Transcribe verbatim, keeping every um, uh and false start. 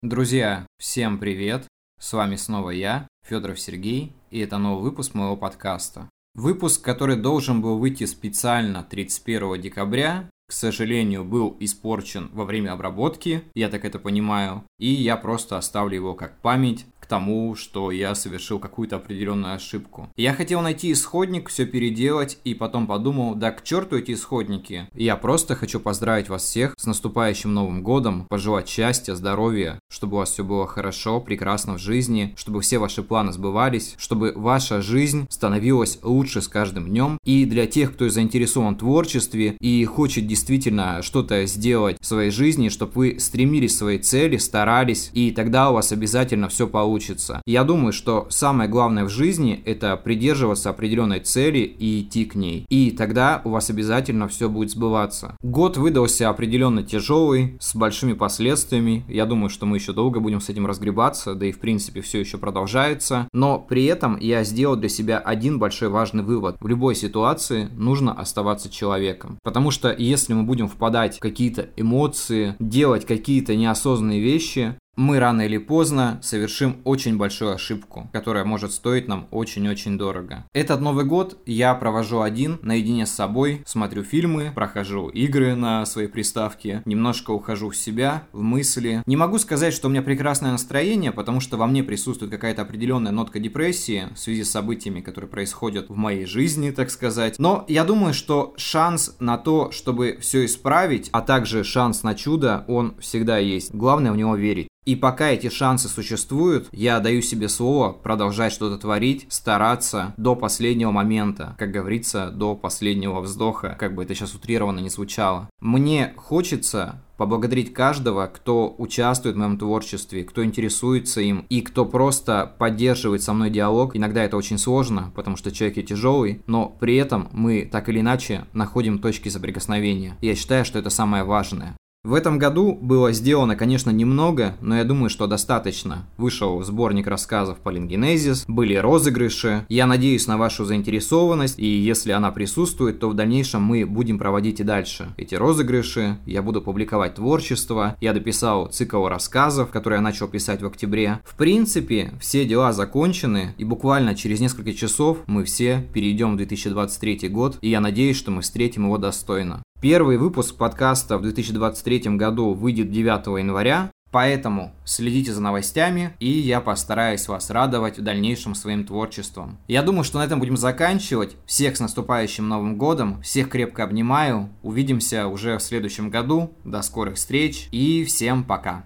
Друзья, всем привет! С вами снова я, Федоров Сергей, и это новый выпуск моего подкаста. Выпуск, который должен был выйти специально тридцать первого декабря, к сожалению, был испорчен во время обработки, я так это понимаю, и я просто оставлю его как память к тому, что я совершил какую-то определенную ошибку. Я хотел найти исходник, все переделать, и потом подумал, да к черту эти исходники. Я просто хочу поздравить вас всех с наступающим Новым годом, пожелать счастья, здоровья, чтобы у вас все было хорошо, прекрасно в жизни, чтобы все ваши планы сбывались, чтобы ваша жизнь становилась лучше с каждым днем. И для тех, кто заинтересован в творчестве и хочет действительно что-то сделать в своей жизни, чтобы вы стремились к своей цели, старались, и тогда у вас обязательно все получится. Я думаю, что самое главное в жизни – это придерживаться определенной цели и идти к ней. И тогда у вас обязательно все будет сбываться. Год выдался определенно тяжелый, с большими последствиями. Я думаю, что мы еще долго будем с этим разгребаться, да и в принципе все еще продолжается. Но при этом я сделал для себя один большой важный вывод. В любой ситуации нужно оставаться человеком. Потому что если мы будем впадать в какие-то эмоции, делать какие-то неосознанные вещи, мы рано или поздно совершим очень большую ошибку, которая может стоить нам очень-очень дорого. Этот Новый год я провожу один, наедине с собой, смотрю фильмы, прохожу игры на своей приставке, немножко ухожу в себя, в мысли. Не могу сказать, что у меня прекрасное настроение, потому что во мне присутствует какая-то определенная нотка депрессии в связи с событиями, которые происходят в моей жизни, так сказать. Но я думаю, что шанс на то, чтобы все исправить, а также шанс на чудо, он всегда есть. Главное в него верить. И пока эти шансы существуют, я даю себе слово продолжать что-то творить, стараться до последнего момента, как говорится, до последнего вздоха, как бы это сейчас утрированно не звучало. Мне хочется поблагодарить каждого, кто участвует в моем творчестве, кто интересуется им и кто просто поддерживает со мной диалог. Иногда это очень сложно, потому что человек я тяжелый, но при этом мы так или иначе находим точки соприкосновения. Я считаю, что это самое важное. В этом году было сделано, конечно, немного, но я думаю, что достаточно. Вышел сборник рассказов «Палингенезис», были розыгрыши. Я надеюсь на вашу заинтересованность, и если она присутствует, то в дальнейшем мы будем проводить и дальше эти розыгрыши. Я буду публиковать творчество. Я дописал цикл рассказов, который я начал писать в октябре. В принципе, все дела закончены, и буквально через несколько часов мы все перейдем в две тысячи двадцать третий год, и я надеюсь, что мы встретим его достойно. Первый выпуск подкаста в две тысячи двадцать третьем году выйдет девятого января, поэтому следите за новостями, и я постараюсь вас радовать в дальнейшем своим творчеством. Я думаю, что на этом будем заканчивать. Всех с наступающим Новым годом, всех крепко обнимаю, увидимся уже в следующем году, до скорых встреч и всем пока!